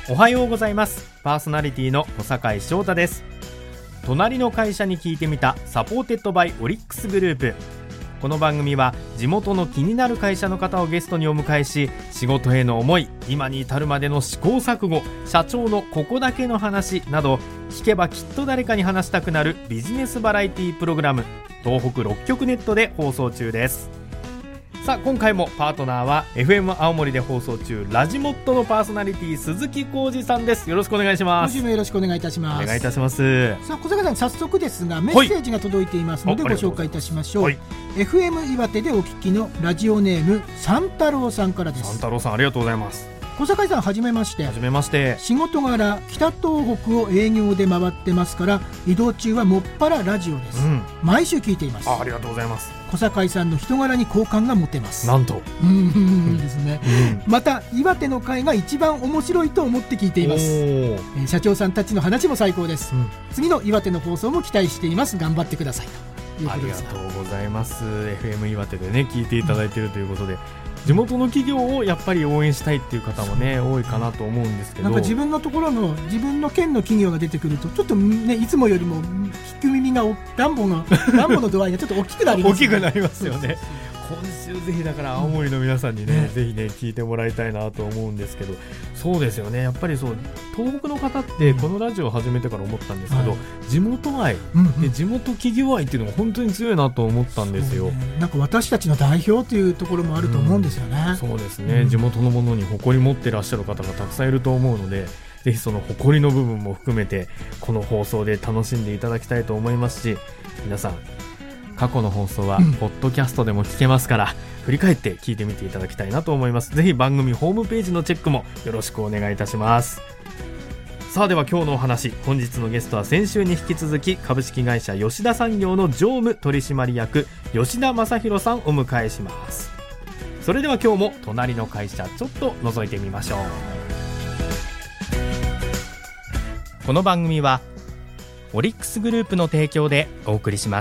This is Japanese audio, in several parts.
おはようございます。パーソナリティの小坂井翔太です。隣の会社に聞いてみた、サポーテッドバイオリックスグループ。この番組は地元の気になる会社の方をゲストにお迎えし、仕事への思い、今に至るまでの試行錯誤、社長のここだけの話など、聞けばきっと誰かに話したくなるビジネスバラエティプログラム、東北6局ネットで放送中です。さあ、今回もパートナーは FM 青森で放送中ラジモットのパーソナリティ鈴木浩二さんです。よろしくお願いします。 今週もよろしくお願いいたします。 お願いいたします。 さあ、小坂さん、早速ですがメッセージが届いていますのでご紹介いたしましょう。FM 岩手でお聞きのラジオネーム三太郎さんからです。 三太郎さん、ありがとうございます。 小坂さん、はじめまして。 はじめまして。 仕事柄北東北を営業で回ってますから、移動中はもっぱらラジオです、毎週聞いています。 ありがとうございます。 小坂さんの人柄に好感が持てます。 なんとですね、また岩手の会が一番面白いと思って聞いています。社長さんたちの話も最高です、次の岩手の放送も期待しています。頑張ってくださいということです。 ありがとうございます。 FM 岩手でね聞いていただいているということで、地元の企業をやっぱり応援したいっていう方もね多いかなと思うんですけど、 なんか自分のところの自分の県の企業が出てくるとちょっとね、いつもよりも聞く耳がランボの度合いがちょっと大きくなりますね。 大きくなりますよね。今週ぜひだから青森の皆さんにね、ぜひね聞いてもらいたいなと思うんですけど、そうですよね、やっぱりそう東北の方ってこのラジオを始めてから思ったんですけど、地元愛、で地元企業愛っていうのが本当に強いなと思ったんですよ。 なんか私たちの代表というところもあると思うんですよね。 そうですね、地元のものに誇り持ってらっしゃる方がたくさんいると思うので、ぜひその誇りの部分も含めてこの放送で楽しんでいただきたいと思いますし、皆さん過去の放送はポッドキャストでも聞けますから、振り返って聞いてみていただきたいなと思います。ぜひ番組ホームページのチェックもよろしくお願いいたします。さあ、では今日のお話、本日のゲストは先週に引き続き株式会社吉田産業の常務取締役吉田正弘さんをお迎えします。それでは今日も隣の会社ちょっと覗いてみましょう。この番組はオリックスグループの提供でお送りします。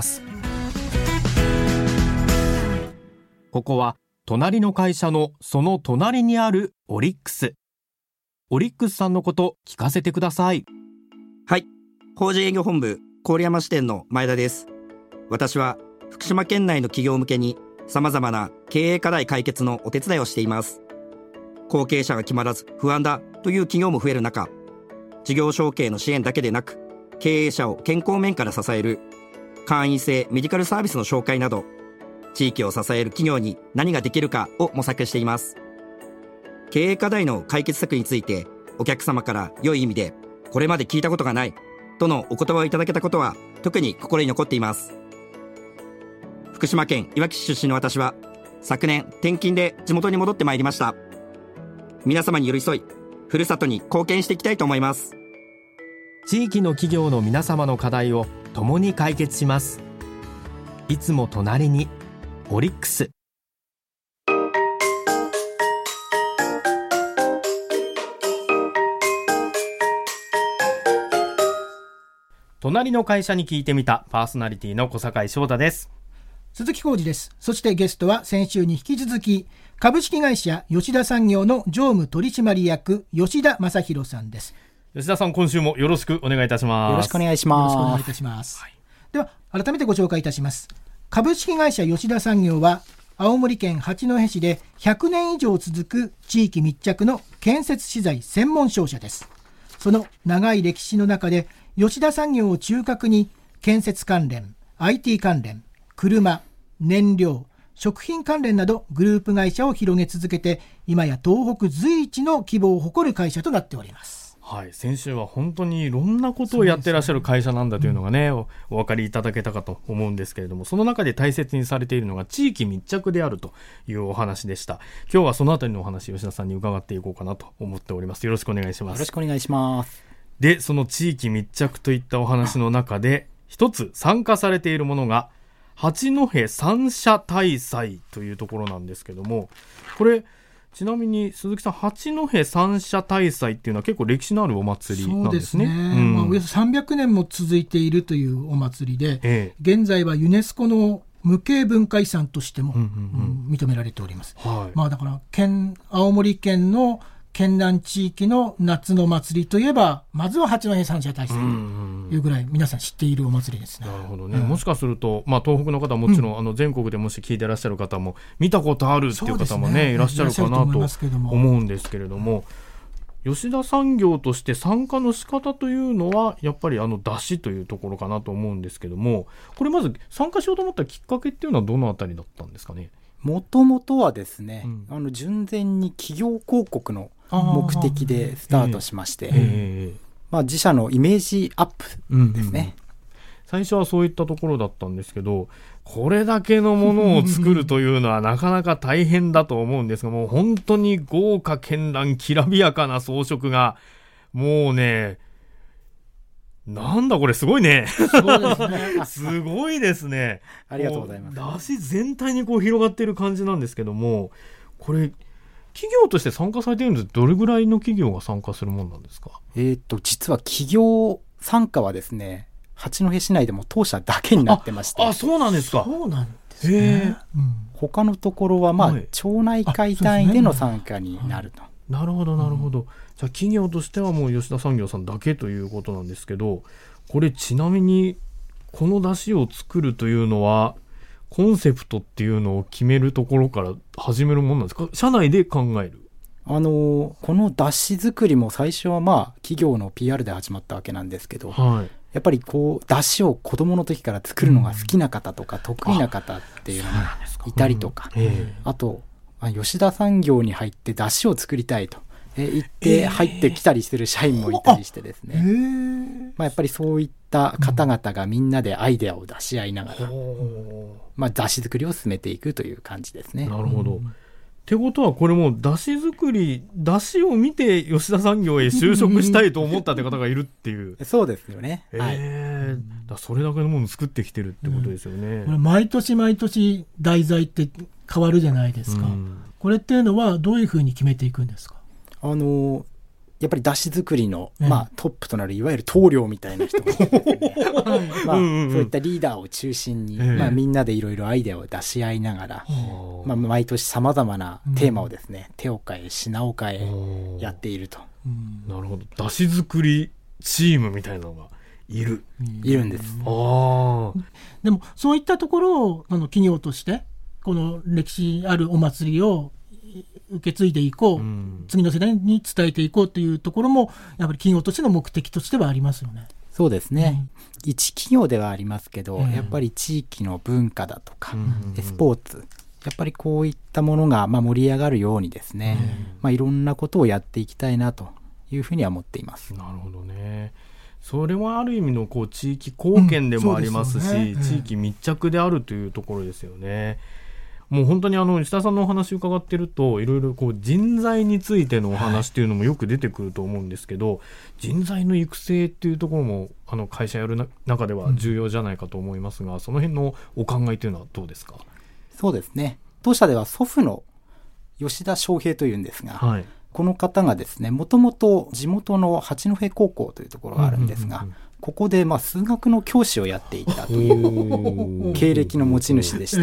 ここは隣の会社のその隣にあるオリックス。オリックスさんのこと聞かせてください。 はい、法人営業本部郡山支店の前田です。私は福島県内の企業向けに様々な経営課題解決のお手伝いをしています。後継者が決まらず不安だという企業も増える中、事業承継の支援だけでなく、経営者を健康面から支える会員制メディカルサービスの紹介など、地域を支える企業に何ができるかを模索しています。経営課題の解決策についてお客様から良い意味でこれまで聞いたことがないとのお言葉をいただけたことは特に心に残っています。福島県いわき市出身の私は昨年転勤で地元に戻ってまいりました。皆様に寄り添いふるさとに貢献していきたいと思います。 地域の企業の皆様の課題を共に解決します。いつも隣にオリックス。隣の会社に聞いてみた、パーソナリティの小坂井翔太です。 鈴木浩二です。そしてゲストは先週に引き続き株式会社吉田産業の常務取締役吉田正弘さんです。 吉田さん、今週もよろしくお願いいたします。 よろしくお願いします。 よろしくお願いいたします、では改めてご紹介いたします。株式会社吉田産業は青森県八戸市で100年以上続く地域密着の建設資材専門商社です。その長い歴史の中で吉田産業を中核に建設関連、IT 関連、車、燃料、食品関連などグループ会社を広げ続けて、今や東北随一の規模を誇る会社となっております。 はい、先週は本当にいろんなことをやってらっしゃる会社なんだというのがね、お分かりいただけたかと思うんですけれども、その中で大切にされているのが地域密着であるというお話でした。今日はそのあたりのお話、吉田さんに伺っていこうかなと思っております。よろしくお願いします。 よろしくお願いします。 で、その地域密着といったお話の中で一つ参加されているものが八戸三社大祭というところなんですけども、これちなみに鈴木さん、八戸三社大祭っていうのは結構歴史のあるお祭りなんですね。 そうですね、およそ300年も続いているというお祭りで、現在はユネスコの無形文化遺産としても、認められております。だから青森県の県南地域の夏の祭りといえばまずは八戸三社大祭というぐらい皆さん知っているお祭りですね。 なるほどね、もしかすると、東北の方はもちろん、全国でもし聞いてらっしゃる方も見たことあるっていう方もね、いらっしゃるかなと思うんですけれども、吉田産業として参加の仕方というのはやっぱり出汁というところかなと思うんですけども、これまず参加しようと思ったきっかけっていうのはどのあたりだったんですかね。 もともとはですね、純然に企業広告の目的でスタートしまして、自社のイメージアップですね、 最初はそういったところだったんですけど、これだけのものを作るというのはなかなか大変だと思うんですが、もう本当に豪華絢爛きらびやかな装飾がもうね、なんだこれすごいね。 そうですねすごいですね。 ありがとうございます。 だし全体にこう広がっている感じなんですけども、これ企業として参加されているんです。どれぐらいの企業が参加するものなんですか。 実は企業参加はですね、八戸市内でも当社だけになってまして。 そうなんですか。 そうなんですね。 他のところは町内会単位での参加になると。 なるほどなるほど、じゃあ企業としてはもう吉田産業さんだけということなんですけど、これちなみにこの出汁を作るというのはコンセプトっていうのを決めるところから始めるものなんですか。社内で考える。 この出汁作りも最初は企業の PR で始まったわけなんですけど、やっぱり出汁を子供の時から作るのが好きな方とか得意な方っていうのがいたりとか、あと吉田産業に入って出汁を作りたいと言って入ってきたりする社員もいたりしてですね、やっぱりそういった方々がみんなでアイデアを出し合いながら、出汁作りを進めていくという感じですね。 なるほど。ってことはこれも出汁作り、出汁を見て吉田産業へ就職したいと思ったって方がいるっていうそうですよね、 それだけのものを作ってきてるってことですよね、 毎年毎年題材って変わるじゃないですか、これっていうのはどういうふうに決めていくんですか。 やっぱり出汁作りの、トップとなるいわゆる棟梁みたいな人がいてですねそういったリーダーを中心に、みんなでいろいろアイデアを出し合いながら、毎年さまざまなテーマをですね、手を変え品を変えやっていると。 なるほど。出汁作りチームみたいなのがいるんです。 でもそういったところを企業としてこの歴史あるお祭りを受け継いでいこう、次の世代に伝えていこうというところもやっぱり企業としての目的としてはありますよね。 そうですね、一企業ではありますけど、やっぱり地域の文化だとか、スポーツ、やっぱりこういったものが盛り上がるようにですね、いろんなことをやっていきたいなというふうには思っています。 なるほどね。それはある意味の地域貢献でもありますし、地域密着であるというところですよね。もう本当に吉田さんのお話を伺ってると、いろいろ人材についてのお話っていうのもよく出てくると思うんですけど、人材の育成っていうところも会社やる中では重要じゃないかと思いますが、その辺のお考えというのはどうですか。 そうですね、当社では祖父の吉田翔平というんですが、この方がですね、もともと地元の八戸高校というところがあるんですが、ここで数学の教師をやっていたという経歴の持ち主でして、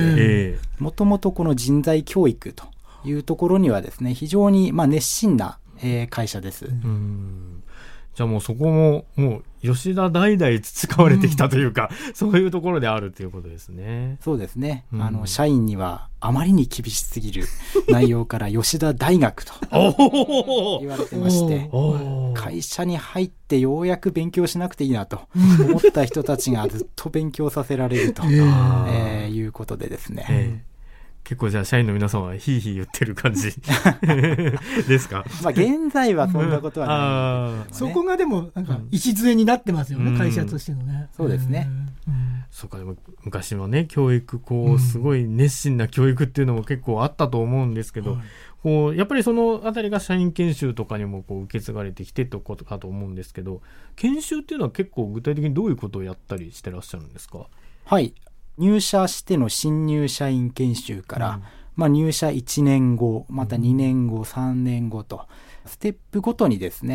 もともとこの人材教育というところにはですね、非常に熱心な会社です。 じゃあもうそこももう吉田代々培われてきたというか、そういうところであるということですね。 そうですね、社員にはあまりに厳しすぎる内容から吉田大学と言われてまして会社に入ってようやく勉強しなくていいなと思った人たちがずっと勉強させられると、いうことでですね、 結構じゃあ社員の皆さんはヒーヒー言ってる感じですか。 現在はそんなことはない、 そこがでも礎になってますよね、会社としてのね。 そうですね、 そうか。でも昔のね、教育すごい熱心な教育っていうのも結構あったと思うんですけど、やっぱりそのあたりが社員研修とかにも受け継がれてきてということかと思うんですけど、研修っていうのは結構具体的にどういうことをやったりしてらっしゃるんですか。 はい、入社しての新入社員研修から、入社1年後また2年後3年後とステップごとにですね、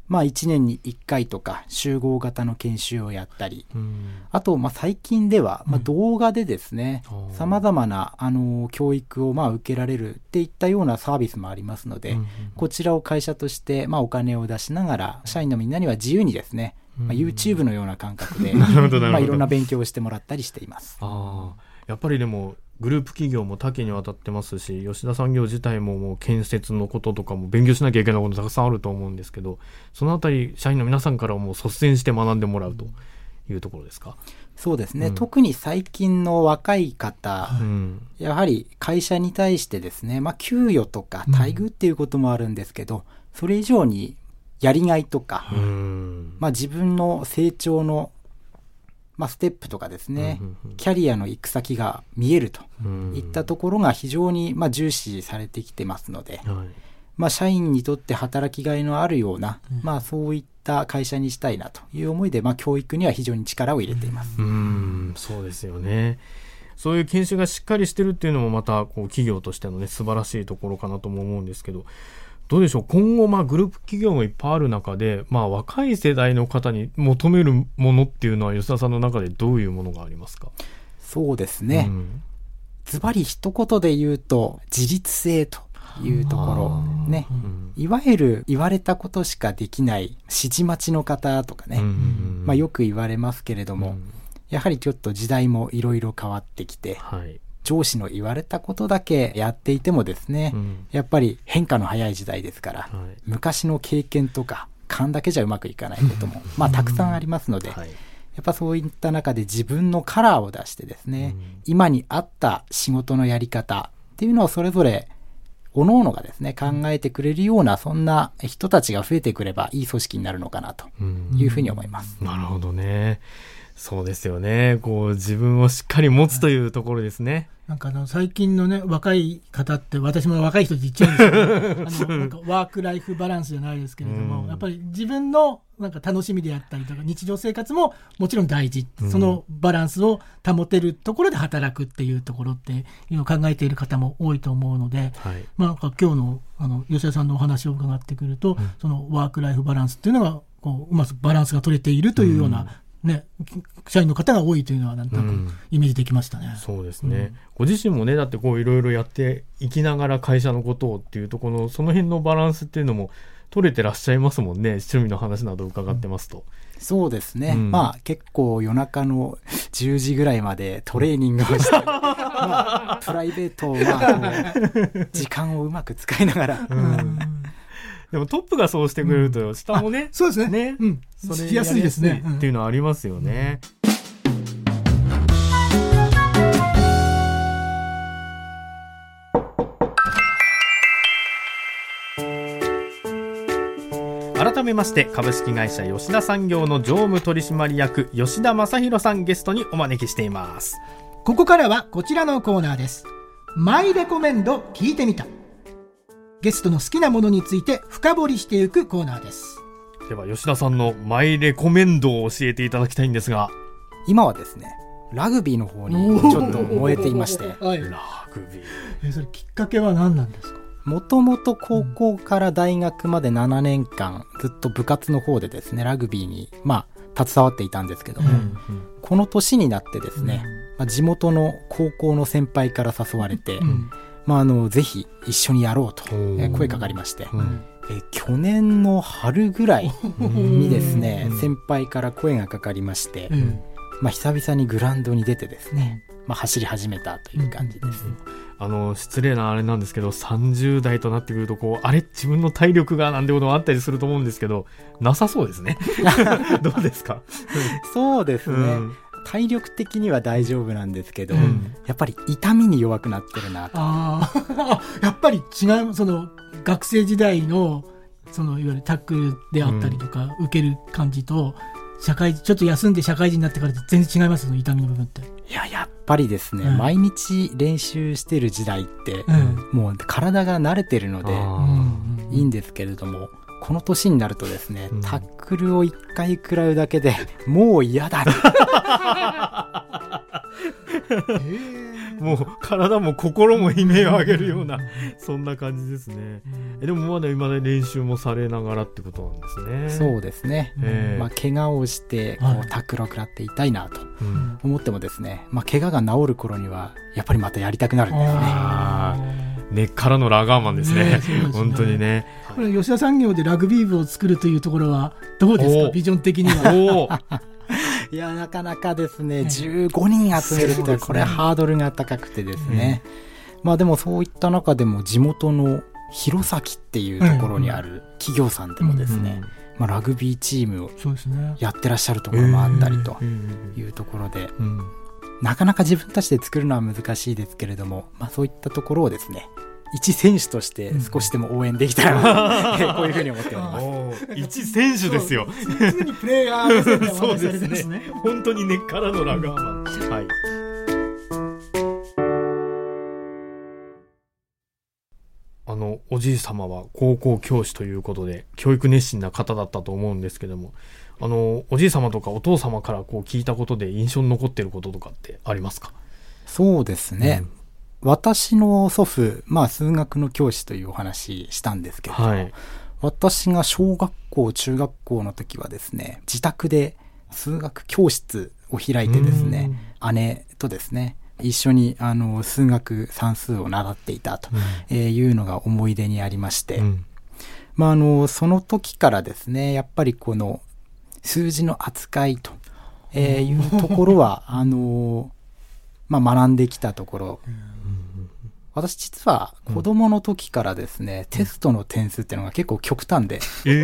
1年に1回とか集合型の研修をやったり、あと最近では動画でですね、様々な教育を受けられるっていったようなサービスもありますので、こちらを会社としてお金を出しながら社員のみんなには自由にですね、YouTube のような感覚でいろんな勉強をしてもらったりしています。 やっぱりでもグループ企業も多岐にわたってますし、吉田産業自体ももう建設のこととかも勉強しなきゃいけないことたくさんあると思うんですけど、そのあたり社員の皆さんからも率先して学んでもらうというところですか？ そうですね、特に最近の若い方、やはり会社に対してですね、給与とか待遇っていうこともあるんですけど、それ以上にやりがいとか、自分の成長のステップとかですね、キャリアの行く先が見えるといったところが非常に重視されてきてますので、社員にとって働きがいのあるような、そういった会社にしたいなという思いで、教育には非常に力を入れています。 そうですよね。そういう研修がしっかりしてるっていうのもまた企業としてのね、素晴らしいところかなとも思うんですけど、どうでしょう、今後グループ企業もいっぱいある中で、若い世代の方に求めるものっていうのは吉田さんの中でどういうものがありますか？ そうですね、ズバリ一言で言うと自立性というところね、いわゆる言われたことしかできない指示待ちの方とかね、よく言われますけれども、やはりちょっと時代もいろいろ変わってきて、上司の言われたことだけやっていてもですね、やっぱり変化の早い時代ですから、昔の経験とか勘だけじゃうまくいかないこともたくさんありますので、やっぱそういった中で自分のカラーを出してですね、今に合った仕事のやり方っていうのをそれぞれ各々がですね考えてくれるような、そんな人たちが増えてくればいい組織になるのかなというふうに思います。 なるほどね。そうですよね。自分をしっかり持つというところですね。 最近のね、若い方って、私も若い人って言っちゃうんですけどワークライフバランスじゃないですけれども、やっぱり自分の楽しみであったりとか日常生活ももちろん大事、そのバランスを保てるところで働くっていうところっていうのを考えている方も多いと思うので、今日の吉田さんのお話を伺ってくると、そのワークライフバランスっていうのがうまくバランスが取れているというような、社員の方が多いというのはなんとなくイメージできましたね。 そうですね、ご自身もね、だっていろいろやっていきながら会社のことをっていうところ、その辺のバランスっていうのも取れてらっしゃいますもんね。趣味の話など伺ってますと、 そうですね、結構夜中の10時ぐらいまでトレーニングをしてプライベートは時間をうまく使いながらでもトップがそうしてくれると下もね、 そうですね、 それしやすいですねっていうのはありますよね。改めまして、株式会社吉田産業の常務取締役吉田正弘さん、ゲストにお招きしています。 ここからはこちらのコーナーです。マイレコメンド聞いてみた。ゲストの好きなものについて深掘りしていくコーナーです。 では吉田さんのマイレコメンドを教えていただきたいんですが、 今はですね、ラグビーの方にちょっと燃えていまして、 ラグビー、 それきっかけは何なんですか？ もともと高校から大学まで7年間ずっと部活の方でですね、ラグビーに携わっていたんですけども、この年になってですね、地元の高校の先輩から誘われて、ぜひ一緒にやろうと、声かかりまして、去年の春ぐらいにですね、先輩から声がかかりまして、久々にグラウンドに出てですね、走り始めたという感じです。 失礼なあれなんですけど、30代となってくるとあれ自分の体力がなんてことがあったりすると思うんですけど、なさそうですねどうですか？ そうですね、体力的には大丈夫なんですけど、やっぱり痛みに弱くなってるなと。 やっぱり違う、その学生時代のいわゆるタックルであったりとか、受ける感じとちょっと休んで社会人になってから全然違います？その痛みの部分って。 やっぱりですね、毎日練習してる時代って、もう体が慣れてるのでいいんですけれども、この年になるとですね、タックルを1回食らうだけでもう嫌だもう体も心も悲鳴を上げるようなそんな感じですね。でもまだ今で練習もされながらってことなんですね。 そうですね、怪我をしてこうタックルを食らっていたいなと思ってもですね、怪我が治る頃にはやっぱりまたやりたくなるんですね。 根っからのラガーマンですね。本当にね。 これ吉田産業でラグビー部を作るというところはどうですか、ビジョン的には。 いやなかなかですね、15人集めるってこれハードルが高くてですね、でもそういった中でも地元の弘前っていうところにある企業さんでもですね、ラグビーチームをやってらっしゃるところもあったりというところで、なかなか自分たちで作るのは難しいですけれども、そういったところをですね、一選手として少しでも応援できたら、こういうふうに思っております。 一選手ですよ。 常にプレイヤー目線でお話しされてますね。 本当に根っからのラガーマン。はい。おじい様は高校教師ということで教育熱心な方だったと思うんですけども、おじい様とかお父様から聞いたことで印象に残っていることとかってありますか？ そうですね、私の祖父、数学の教師というお話したんですけど、私が小学校中学校の時はですね、自宅で数学教室を開いてですね、姉とですね一緒に数学算数を習っていたというのが思い出にありまして、その時からですね、やっぱりこの数字の扱いというところは学んできたところ、私実は子供の時からですね、テストの点数っていうのが結構極端で、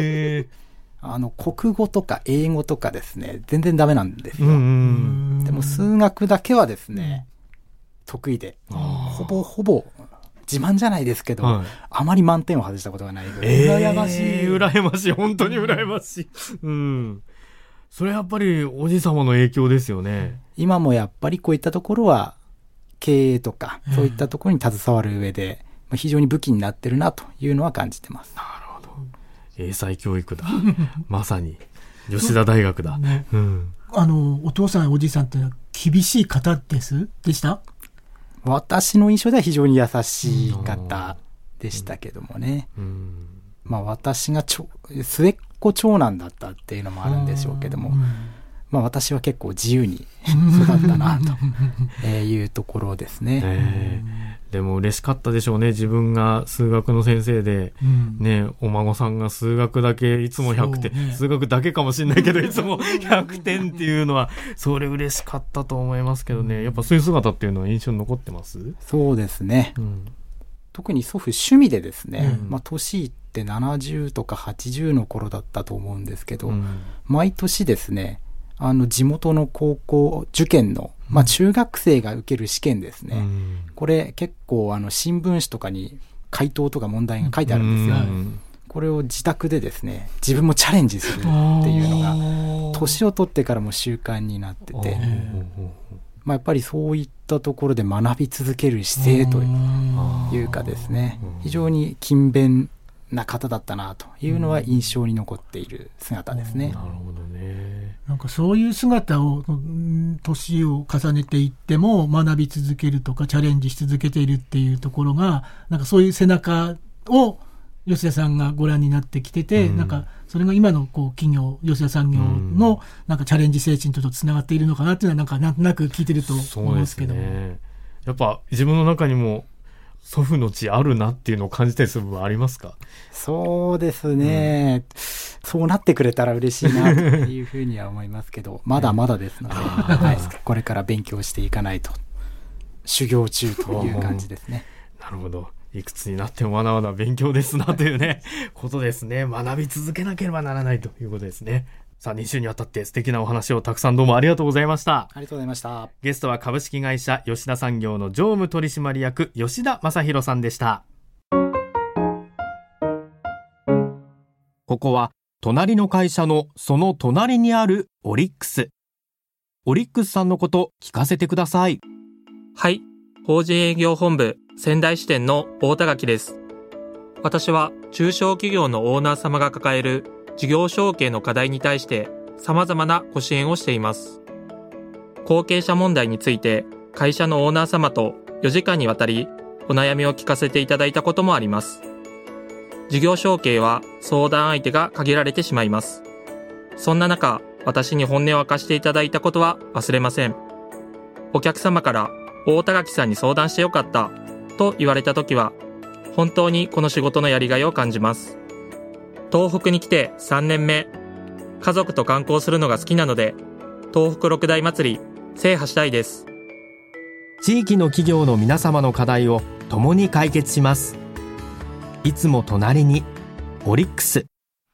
国語とか英語とかですね全然ダメなんですよ。でも数学だけはですね、得意で、ほぼほぼ自慢じゃないですけど、あまり満点を外したことがないぐらい。 羨ましい。 羨ましい。本当に羨ましい。それやっぱりおじい様の影響ですよね。 今もやっぱりこういったところは経営とかそういったところに携わる上で、非常に武器になってるなというのは感じてます。 なるほど。英才教育だ。まさに吉田大学だ。 お父さんおじいさんって厳しい方でした？ 私の印象では非常に優しい方でしたけどもね。私が末っ子長男だったっていうのもあるんでしょうけども、私は結構自由に育ったなというところですね。 でも嬉しかったでしょうね。自分が数学の先生で、お孫さんが数学だけいつも100点、数学だけかもしれないけどいつも100点っていうのはそれ嬉しかったと思いますけどね。やっぱそういう姿っていうのは印象に残ってます？ そうですね、特に祖父趣味でですね、年いって70とか80の頃だったと思うんですけど、毎年ですね地元の高校受験の、中学生が受ける試験ですね、これ結構新聞紙とかに回答とか問題が書いてあるんですよ。これを自宅でですね自分もチャレンジするっていうのが年を取ってからも習慣になってて、やっぱりそういったところで学び続ける姿勢というかですね、非常に勤勉な方だったなというのは印象に残っている姿ですね。 なるほどね。 なんかそういう姿を年を重ねていっても学び続けるとかチャレンジし続けているっていうところが、なんかそういう背中を吉田さんがご覧になってきてて、なんかそれが今の企業吉田産業のなんかチャレンジ精神とつながっているのかなっていうのはなんとなく聞いてると思いますけども、 やっぱ自分の中にも祖父の血あるなっていうのを感じたりする部分ありますか？ そうですね、そうなってくれたら嬉しいなというふうには思いますけどまだまだですので、これから勉強していかないと修行中という感じですね。 なるほど。いくつになってもまだまだ勉強ですなというねことですね。学び続けなければならないということですね。さあ2週にわたって素敵なお話をたくさんどうもありがとうございました。 ありがとうございました。 ゲストは株式会社吉田産業の常務取締役吉田正弘さんでした。ここは隣の会社のその隣にあるオリックス。オリックスさんのこと聞かせてください。 はい、法人営業本部仙台支店の大田垣です。私は中小企業のオーナー様が抱える事業承継の課題に対して様々なご支援をしています。後継者問題について会社のオーナー様と 4時間にわたりお悩みを聞かせていただいたこともあります。事業承継は相談相手が限られてしまいます。そんな中、私に本音を明かしていただいたことは忘れません。お客様から大田垣さんに相談してよかったと言われたときは、本当にこの仕事のやりがいを感じます。東北に来て3年目、家族と観光するのが好きなので、東北六大祭り制覇したいです。 地域の企業の皆様の課題を共に解決します。いつも隣にオリックス。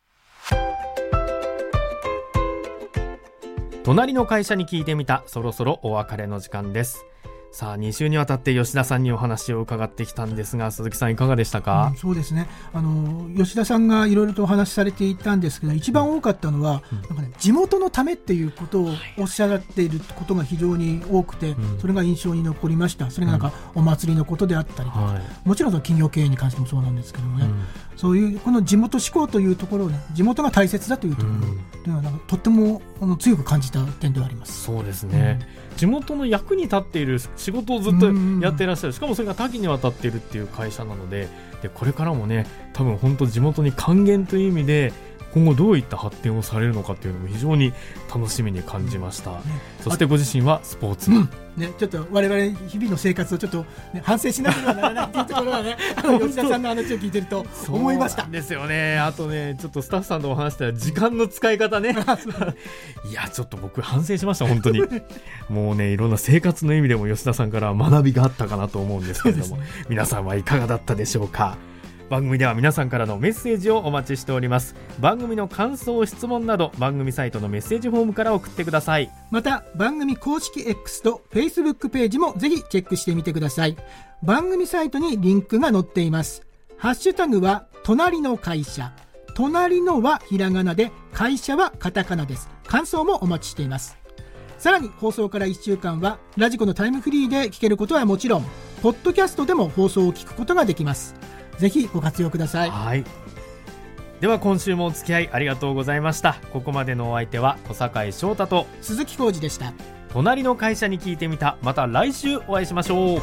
隣の会社に聞いてみた。そろそろお別れの時間です。さあ、2週にわたって吉田さんにお話を伺ってきたんですが、鈴木さんいかがでしたか？ そうですね、吉田さんがいろいろとお話しされていたんですけど、一番多かったのは、なんかね、地元のためっていうことをおっしゃっていることが非常に多くて、それが印象に残りました。それがなんかお祭りのことであったりとか、もちろんその企業経営に関してもそうなんですけどもね、そういうこの地元志向というところをね、地元が大切だというところというのはなんかとっても強く感じた点ではあります。 そうですね、地元の役に立っている仕事をずっとやっていらっしゃる、しかもそれが多岐にわたっているっていう会社なので、これからもね、多分本当地元に還元という意味で今後どういった発展をされるのかっていうのも非常に楽しみに感じました。そしてご自身はスポーツ、 ちょっと我々日々の生活をちょっと、反省しなければならないっていうところはね吉田さんの話を聞いてると思いました。 そうですよね。あとね、ちょっとスタッフさんとお話したら時間の使い方ねいや、ちょっと僕反省しました本当にもうね、いろんな生活の意味でも吉田さんから学びがあったかなと思うんですけれども、皆さんはいかがだったでしょうか。番組では皆さんからのメッセージをお待ちしております。番組の感想、質問など番組サイトのメッセージフォームから送ってください。 また番組公式 X と Facebook ページもぜひチェックしてみてください。番組サイトにリンクが載っています。ハッシュタグは隣の会社、隣のはひらがなで、会社はカタカナです。感想もお待ちしています。さらに放送から1週間はラジコのタイムフリーで聞けることはもちろん、ポッドキャストでも放送を聞くことができます。ぜひご活用ください。 はい、では今週もお付き合いありがとうございました。ここまでのお相手は小坂井翔太と鈴木浩二でした。 隣の会社に聞いてみた。また来週お会いしましょう。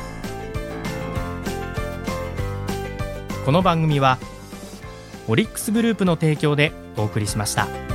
この番組はオリックスグループの提供でお送りしました。